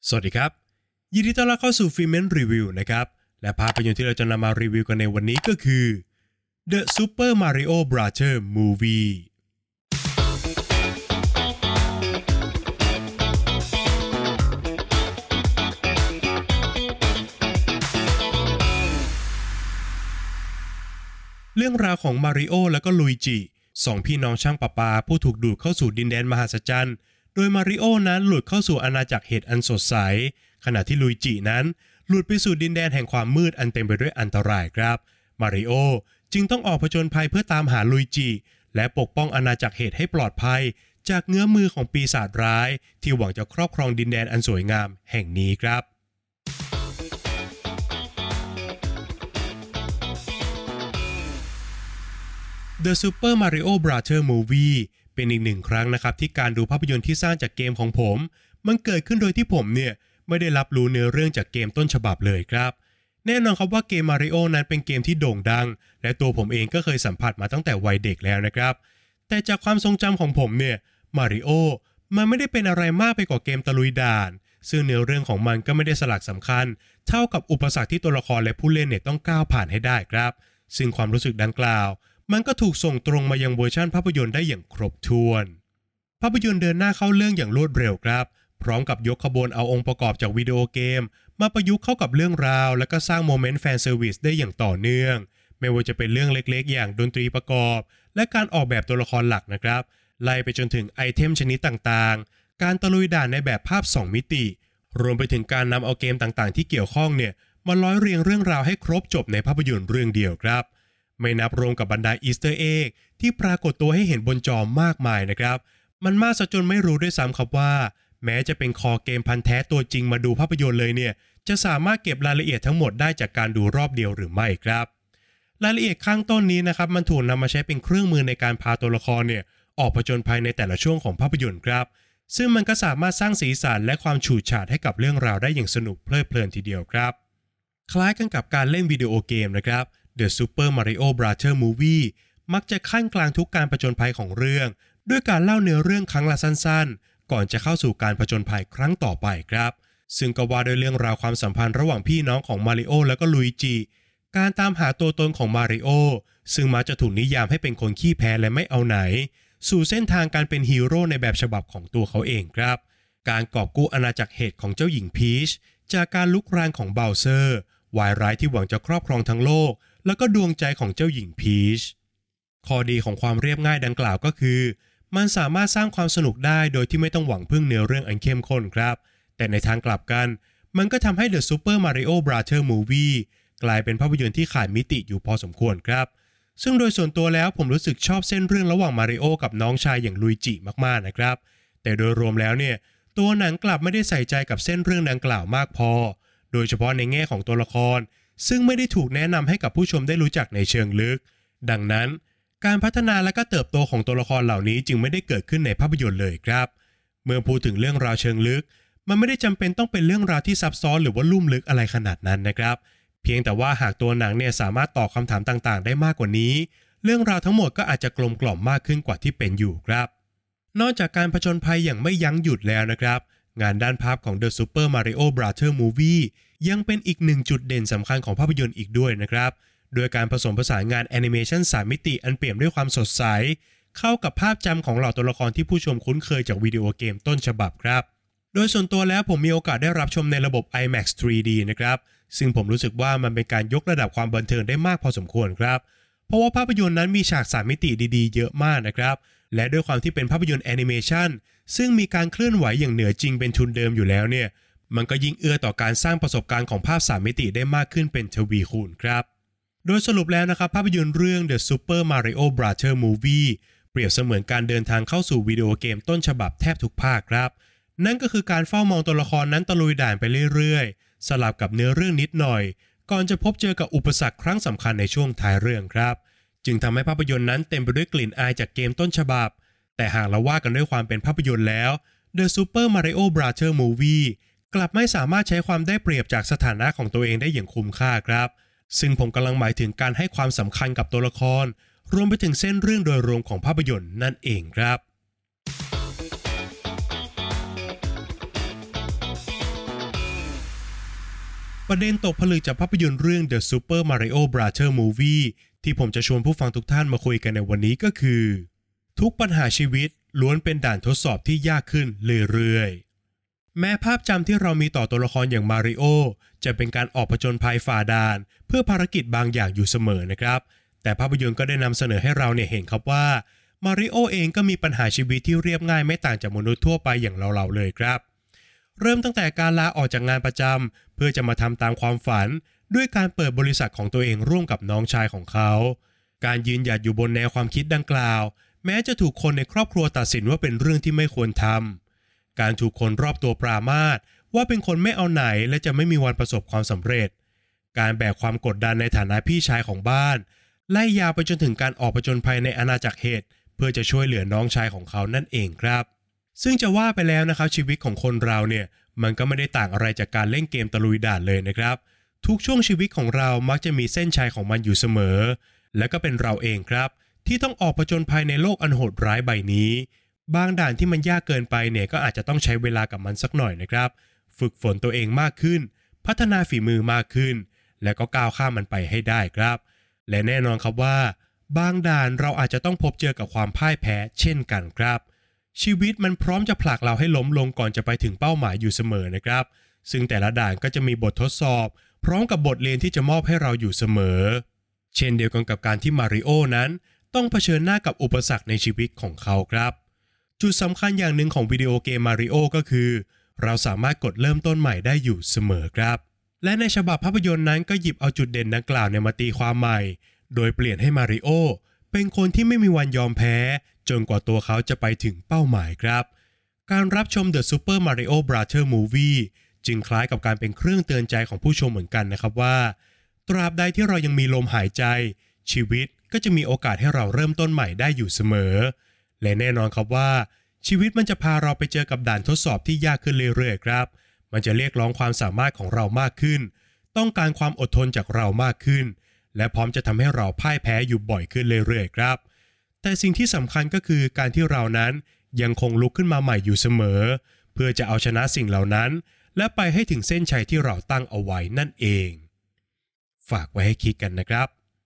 สวัสดีครับยินดีต้อนรับเข้าสู่ฟิเมนรีวิวนะครับและภาพยนตร์ที่เราจะนำมารีวิวกันในวันนี้ก็คือ The Super Mario Brother Movie เรื่องราวของมาริโอและก็ลุยจิสองพี่น้องช่างประปาผู้ถูกดูดเข้าสู่ดินแดนมหัศจรรย์โดยมาริโอนั้นหลุดเข้าสู่อาณาจักรเห็ดอันสดใสขณะที่ลุยจินั้นหลุดไปสู่ดินแดนแห่งความมืดอันเต็มไปด้วยอันตรายครับมาริโอจึงต้องออกผจญภัยเพื่อตามหาลุยจิและปกป้องอาณาจักรเห็ดให้ปลอดภัยจากเงื้อมือของปีศาจร้ายที่หวังจะครอบครองดินแดนอันสวยงามแห่งนี้ครับ The Super Mario Brother Movie เป็นอีกหนึ่งครั้งนะครับที่การดูภาพยนตร์ที่สร้างจากเกมของผมมันเกิดขึ้นโดยที่ผมเนี่ยไม่ได้รับรู้เนื้อเรื่องจากเกมต้นฉบับเลยครับแน่นอนครับว่าเกม Mario นั้นเป็นเกมที่โด่งดังและตัวผมเองก็เคยสัมผัสมาตั้งแต่วัยเด็กแล้วนะครับแต่จากความทรงจำของผมเนี่ย Mario มันไม่ได้เป็นอะไรมากไปกว่าเกมตะลุยด่านซึ่งเนื้อเรื่องของมันก็ไม่ได้สลักสำคัญเท่ากับอุปสรรคที่ตัวละครและผู้เล่นเนี่ยต้องก้าวผ่านให้ได้ครับซึ่งความรู้สึกดังกล่าวมันก็ถูกส่งตรงมายังเวอร์ชันภาพยนตร์ได้อย่างครบถ้วนภาพยนตร์เดินหน้าเข้าเรื่องอย่างรวดเร็วครับพร้อมกับยกขบวนเอาองค์ประกอบจากวิดีโอเกมมาประยุกต์เข้ากับเรื่องราวและก็สร้างโมเมนต์แฟนเซอร์วิสได้อย่างต่อเนื่องไม่ว่าจะเป็นเรื่องเล็กๆอย่างดนตรีประกอบและการออกแบบตัวละครหลักนะครับไล่ไปจนถึงไอเทมชนิดต่างๆการตะลุยด่านในแบบภาพ2มิติรวมไปถึงการนำเอาเกมต่างๆที่เกี่ยวข้องเนี่ยมาร้อยเรียงเรื่องราวให้ครบจบในภาพยนตร์เรื่องเดียวครับไม่นับรวมกับบรรดาอีสเตอร์เอ็กที่ปรากฏตัวให้เห็นบนจอมากมายนะครับมันมากซะจนไม่รู้ด้วยซ้ำครับว่าแม้จะเป็นคอเกมพันธุ์แท้ตัวจริงมาดูภาพยนตร์เลยเนี่ยจะสามารถเก็บรายละเอียดทั้งหมดได้จากการดูรอบเดียวหรือไม่ครับรายละเอียดข้างต้นนี้นะครับมันถูกนำมาใช้เป็นเครื่องมือในการพาตัวละครเนี่ยออกผจญภัยในแต่ละช่วงของภาพยนตร์ครับซึ่งมันก็สามารถสร้างสีสันและความฉูดฉาดให้กับเรื่องราวได้อย่างสนุกเพลิดเพลินทีเดียวครับคล้ายกันกับการเล่นวิดีโอเกมนะครับ The Super Mario Brother Movie มักจะขั้นกลางทุกการผจญภัยของเรื่องด้วยการเล่าเนื้อเรื่องครั้งละสั้นๆก่อนจะเข้าสู่การผจญภัยครั้งต่อไปครับซึ่งก็ว่าด้วยเรื่องราวความสัมพันธ์ระหว่างพี่น้องของมาริโอและก็ลุยจิการตามหาตัวตนของมาริโอซึ่งมักจะถูกนิยามให้เป็นคนขี้แพ้และไม่เอาไหนสู่เส้นทางการเป็นฮีโร่ในแบบฉบับของตัวเขาเองครับการกอบกู้อาณาจักรเห็ดของเจ้าหญิงพีชจากการลุกรานของเบลเซอร์วายร้ายที่หวังจะครอบครองทั้งโลกแล้วก็ดวงใจของเจ้าหญิงพีชข้อดีของความเรียบง่ายดังกล่าวก็คือมันสามารถสร้างความสนุกได้โดยที่ไม่ต้องหวังพึ่งเนื้อเรื่องอันเข้มข้นครับแต่ในทางกลับกันมันก็ทำให้ The Super Mario Brother Movie กลายเป็นภาพยนตร์ที่ขาดมิติอยู่พอสมควรครับซึ่งโดยส่วนตัวแล้วผมรู้สึกชอบเส้นเรื่องระหว่างมาริโอกับน้องชายอย่างลุยจิมากๆนะครับแต่โดยรวมแล้วเนี่ยตัวหนังกลับไม่ได้ใส่ใจกับเส้นเรื่องดังกล่าวมากพอโดยเฉพาะในแง่ของตัวละครซึ่งไม่ได้ถูกแนะนำให้กับผู้ชมได้รู้จักในเชิงลึกดังนั้นการพัฒนาและก็เติบโตของตัวละครเหล่านี้จึงไม่ได้เกิดขึ้นในภาพยนตร์เลยครับเมื่อพูดถึงเรื่องราวเชิงลึกมันไม่ได้จำเป็นต้องเป็นเรื่องราวที่ซับซ้อนหรือว่าลุ่มลึกอะไรขนาดนั้นนะครับเพียงแต่ว่าหากตัวหนังเนี่ยสามารถตอบคำถามต่างๆได้มากกว่านี้เรื่องราวทั้งหมดก็อาจจะกลมกล่อมมากขึ้นกว่าที่เป็นอยู่ครับนอกจากการผจญภัยอย่างไม่ยั้งหยุดแล้วนะครับงานด้านภาพของ The Super Mario Brother Movie ยังเป็นอีกหนึ่งจุดเด่นสำคัญของภาพยนตร์อีกด้วยนะครับโดยการผสมผสานงานแอนิเมชัน3มิติอันเปี่ยมด้วยความสดใสเข้ากับภาพจำของเหล่าตัวละครที่ผู้ชมคุ้นเคยจากวิดีโอเกมต้นฉบับครับโดยส่วนตัวแล้วผมมีโอกาสได้รับชมในระบบ IMAX 3D นะครับซึ่งผมรู้สึกว่ามันเป็นการยกระดับความบันเทิงได้มากพอสมควรครับเพราะว่าภาพยนตร์นั้นมีฉาก3มิติดีๆเยอะมากนะครับและด้วยความที่เป็นภาพยนตร์แอนิเมชันซึ่งมีการเคลื่อนไหวอย่างเหนือจริงเป็นทุนเดิมอยู่แล้วเนี่ยมันก็ยิ่งเอื้อต่อการสร้างประสบการณ์ของภาพ3มิติได้มากขึ้นเป็นทวีคูณครับโดยสรุปแล้วนะครับภาพยนตร์เรื่อง The Super Mario Brother Movie เปรียบเสมือนการเดินทางเข้าสู่วิดีโอเกมต้นฉบับแทบทุกภาคครับนั่นก็คือการเฝ้ามองตัวละครนั้นตะลุยด่านไปเรื่อยๆสลับกับเนื้อเรื่องนิดหน่อยก่อนจะพบเจอกับอุปสรรคครั้งสำคัญในช่วงท้ายเรื่องครับจึงทำให้ภาพยนตร์นั้นเต็มไปด้วยกลิ่นอายจากเกมต้นฉบับแต่หากเราว่ากันด้วยความเป็นภาพยนตร์แล้ว The Super Mario Brother Movie กลับไม่สามารถใช้ความได้เปรียบจากสถานะของตัวเองได้อย่างคุ้มค่าครับซึ่งผมกำลังหมายถึงการให้ความสำคัญกับตัวละครรวมไปถึงเส้นเรื่องโดยรวมของภาพยนตร์นั่นเองครับประเด็นตกผลึกจากภาพยนตร์เรื่อง The Super Mario Brother Movie ที่ผมจะชวนผู้ฟังทุกท่านมาคุยกันในวันนี้ก็คือทุกปัญหาชีวิตล้วนเป็นด่านทดสอบที่ยากขึ้นเรื่อยๆแม้ภาพจำที่เรามีต่อตัวละครอย่างมาริโอจะเป็นการออกผจญภัยฝ่าด่านเพื่อภารกิจบางอย่างอยู่เสมอนะครับแต่ภาพยนตร์ก็ได้นำเสนอให้เราเห็นครับว่ามาริโอเองก็มีปัญหาชีวิตที่เรียบง่ายไม่ต่างจากมนุษย์ทั่วไปอย่างเราเลยครับเริ่มตั้งแต่การลาออกจากงานประจำเพื่อจะมาทำตามความฝันด้วยการเปิดบริษัทของตัวเองร่วมกับน้องชายของเขาการยืนหยัดอยู่บนแนวความคิดดังกล่าวแม้จะถูกคนในครอบครัวตัดสินว่าเป็นเรื่องที่ไม่ควรทำการถูกคนรอบตัวปรามาสว่าเป็นคนไม่เอาไหนและจะไม่มีวันประสบความสำเร็จการแบกความกดดันในฐานะพี่ชายของบ้านไล่ยาวไปจนถึงการออกผจญภัยในอาณาจักรเห็ดเพื่อจะช่วยเหลือน้องชายของเขานั่นเองครับซึ่งจะว่าไปแล้วนะครับชีวิตของคนเรามันก็ไม่ได้ต่างอะไรจากการเล่นเกมตะลุยด่านเลยนะครับทุกช่วงชีวิตของเรามักจะมีเส้นชัยของมันอยู่เสมอและก็เป็นเราเองครับที่ต้องออกผจญภัยในโลกอันโหดร้ายใบนี้บางด่านที่มันยากเกินไปก็อาจจะต้องใช้เวลากับมันสักหน่อยนะครับฝึกฝนตัวเองมากขึ้นพัฒนาฝีมือมากขึ้นและก็ก้าวข้ามมันไปให้ได้ครับและแน่นอนครับว่าบางด่านเราอาจจะต้องพบเจอกับความพ่ายแพ้เช่นกันครับชีวิตมันพร้อมจะผลักเราให้ล้มลงก่อนจะไปถึงเป้าหมายอยู่เสมอนะครับซึ่งแต่ละด่านก็จะมีบททดสอบพร้อมกับบทเรียนที่จะมอบให้เราอยู่เสมอเช่นเดียวกันกับการที่มาริโอนั้นต้องเผชิญหน้ากับอุปสรรคในชีวิตของเขาครับจุดสำคัญอย่างหนึ่งของวิดีโอเกมมาริโอก็คือเราสามารถกดเริ่มต้นใหม่ได้อยู่เสมอครับและในฉบับภาพยนตร์นั้นก็หยิบเอาจุดเด่นดังกล่าวมาตีความใหม่โดยเปลี่ยนให้มาริโอเป็นคนที่ไม่มีวันยอมแพ้จนกว่าตัวเขาจะไปถึงเป้าหมายครับการรับชม The Super Mario Brother Movie จึงคล้ายกับการเป็นเครื่องเตือนใจของผู้ชมเหมือนกันนะครับว่าตราบใดที่เรายังมีลมหายใจชีวิตก็จะมีโอกาสให้เราเริ่มต้นใหม่ได้อยู่เสมอและแน่นอนครับว่าชีวิตมันจะพาเราไปเจอกับด่านทดสอบที่ยากขึ้นเรื่อยๆครับมันจะเรียกร้องความสามารถของเรามากขึ้นต้องการความอดทนจากเรามากขึ้นและพร้อมจะทำให้เราพ่ายแพ้อยู่บ่อยขึ้นเรื่อยๆครับแต่สิ่งที่สำคัญก็คือการที่เรานั้นยังคงลุกขึ้นมาใหม่อยู่เสมอเพื่อจะเอาชนะสิ่งเหล่านั้นและไปให้ถึงเส้นชัยที่เราตั้งเอาไว้นั่นเองฝากไว้ให้คิดกันนะครับ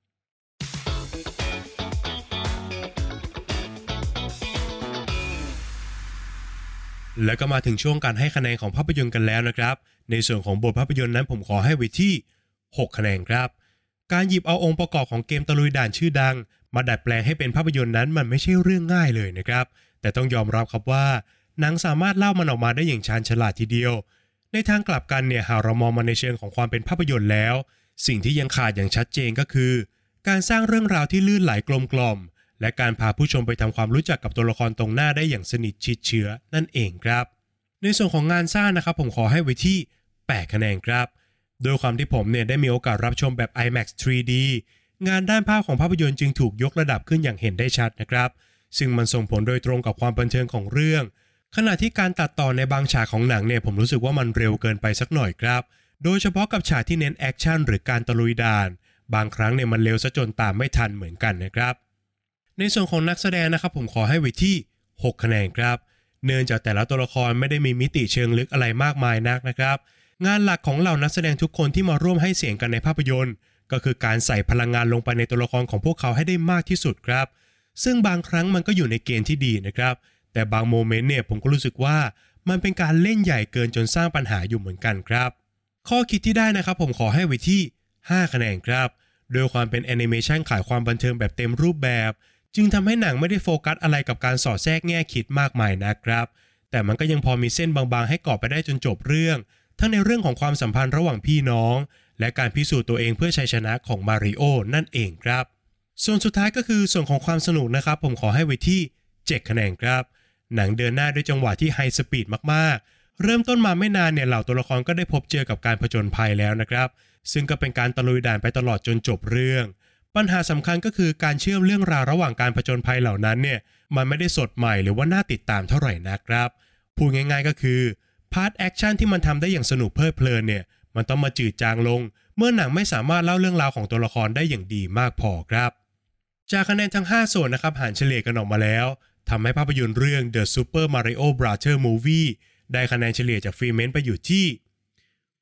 แล้วก็มาถึงช่วงการให้คะแนนของภาพยนตร์กันแล้วนะครับในส่วนของบทภาพยนตร์นั้นผมขอให้ไว้ที่6คะแนนครับการหยิบเอาองค์ประกอบของเกมตะลุยด่านชื่อดังมาดัดแปลงให้เป็นภาพยนตร์นั้นมันไม่ใช่เรื่องง่ายเลยนะครับแต่ต้องยอมรับครับว่าหนังสามารถเล่ามันออกมาได้อย่างชาญฉลาดทีเดียวในทางกลับกันหากเรามองมาในเชิงของความเป็นภาพยนตร์แล้วสิ่งที่ยังขาดอย่างชัดเจนก็คือการสร้างเรื่องราวที่ลื่นไหลกลมกล่อมและการพาผู้ชมไปทำความรู้จักกับตัวละครตรงหน้าได้อย่างสนิทชิดเชื้อนั่นเองครับในส่วนของงานสร้างนะครับผมขอให้ไว้ที่8คะแนนครับโดยความที่ผมได้มีโอกาสรับชมแบบ IMAX 3D งานด้านภาพของภาพยนตร์จึงถูกยกระดับขึ้นอย่างเห็นได้ชัดนะครับซึ่งมันส่งผลโดยตรงกับความบันเทิงของเรื่องขณะที่การตัดต่อในบางฉากของหนังผมรู้สึกว่ามันเร็วเกินไปสักหน่อยครับโดยเฉพาะกับฉากที่เน้นแอคชั่นหรือการตะลุยด่านบางครั้งมันเร็วซะจนตามไม่ทันเหมือนกันนะครับในส่วนของนักแสดงนะครับผมขอให้ไว้ที่6คะแนนครับเนื่องจากแต่ละตัวละครไม่ได้มีมิติเชิงลึกอะไรมากมายนักนะครับงานหลักของเหล่านักแสดงทุกคนที่มาร่วมให้เสียงกันในภาพยนตร์ก็คือการใส่พลังงานลงไปในตัวละครของพวกเขาให้ได้มากที่สุดครับซึ่งบางครั้งมันก็อยู่ในเกณฑ์ที่ดีนะครับแต่บางโมเมนต์ผมก็รู้สึกว่ามันเป็นการเล่นใหญ่เกินจนสร้างปัญหาอยู่เหมือนกันครับข้อคิดที่ได้นะครับผมขอให้ไว้ที่5คะแนนครับโดยความเป็นแอนิเมชันขายความบันเทิงแบบเต็มรูปแบบจึงทำให้หนังไม่ได้โฟกัสอะไรกับการสอดแทรกแง่คิดมากมายนะครับแต่มันก็ยังพอมีเส้นบางๆให้เกาะไปได้จนจบเรื่องทั้งในเรื่องของความสัมพันธ์ระหว่างพี่น้องและการพิสูจน์ตัวเองเพื่อชัยชนะของมาริโอนั่นเองครับส่วนสุดท้ายก็คือส่วนของความสนุกนะครับผมขอให้ไว้ที่7คะแนนครับหนังเดินหน้าด้วยจังหวะที่ไฮสปีดมากๆเริ่มต้นมาไม่นานเหล่าตัวละครก็ได้พบเจอกับการผจญภัยแล้วนะครับซึ่งก็เป็นการตะลุยด่านไปตลอดจนจบเรื่องปัญหาสำคัญก็คือการเชื่อมเรื่องราวระหว่างการผจญภัยเหล่านั้นมันไม่ได้สดใหม่หรือว่าน่าติดตามเท่าไหร่นะครับพูดง่ายๆก็คือพาร์ทแอคชั่นที่มันทำได้อย่างสนุกเพลิดเพลินมันต้องมาจืดจางลงเมื่อหนังไม่สามารถเล่าเรื่องราวของตัวละครได้อย่างดีมากพอครับจากคะแนนทั้ง5ส่วนนะครับหารเฉลี่ยกันออกมาแล้วทำให้ภาพยนตร์เรื่อง The Super Mario Brother Movie ได้คะแนนเฉลี่ยจากฟรีเมนต์ไปอยู่ที่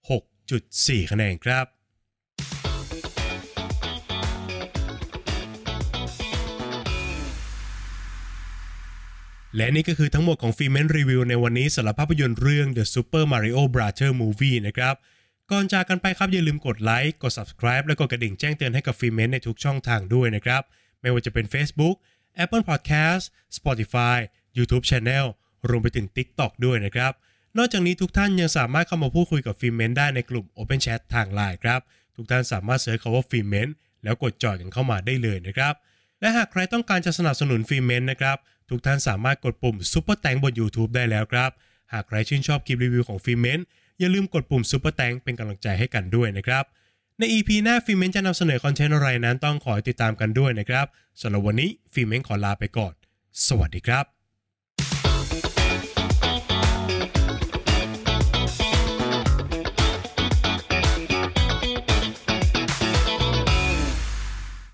9.4 คะแนนครับและนี่ก็คือทั้งหมดของฟิเมนรีวิวในวันนี้สำหรับภาพยนตร์เรื่อง The Super Mario Brother Movie นะครับก่อนจากกันไปครับอย่าลืมกดไลค์กด Subscribe และกดกระดิ่งแจ้งเตือนให้กับฟิเมนในทุกช่องทางด้วยนะครับไม่ว่าจะเป็น Facebook Apple Podcast Spotify YouTube Channel รวมไปถึง TikTok ด้วยนะครับนอกจากนี้ทุกท่านยังสามารถเข้ามาพูดคุยกับฟิเมนได้ในกลุ่ม Open Chat ทาง LINE ครับทุกท่านสามารถเสิร์ชคำว่าฟิเมนแล้วกดจอยกันเข้ามาได้เลยนะครับและหากใครต้องการจะสนับสนุนฟิเมนนะครับทุกท่านสามารถกดปุ่ม Super Thanks บน YouTube ได้แล้วครับหากใครชื่นชอบคลิปรีวิวของฟิเมนอย่าลืมกดปุ่ม Super Thanks เป็นกำลังใจให้กันด้วยนะครับใน EP หน้าฟิเมนจะนำเสนอคอนเทนต์อะไรนั้นต้องขอติดตามกันด้วยนะครับสำหรับวันนี้ฟิเมนขอลาไปก่อนสวัสดีครับ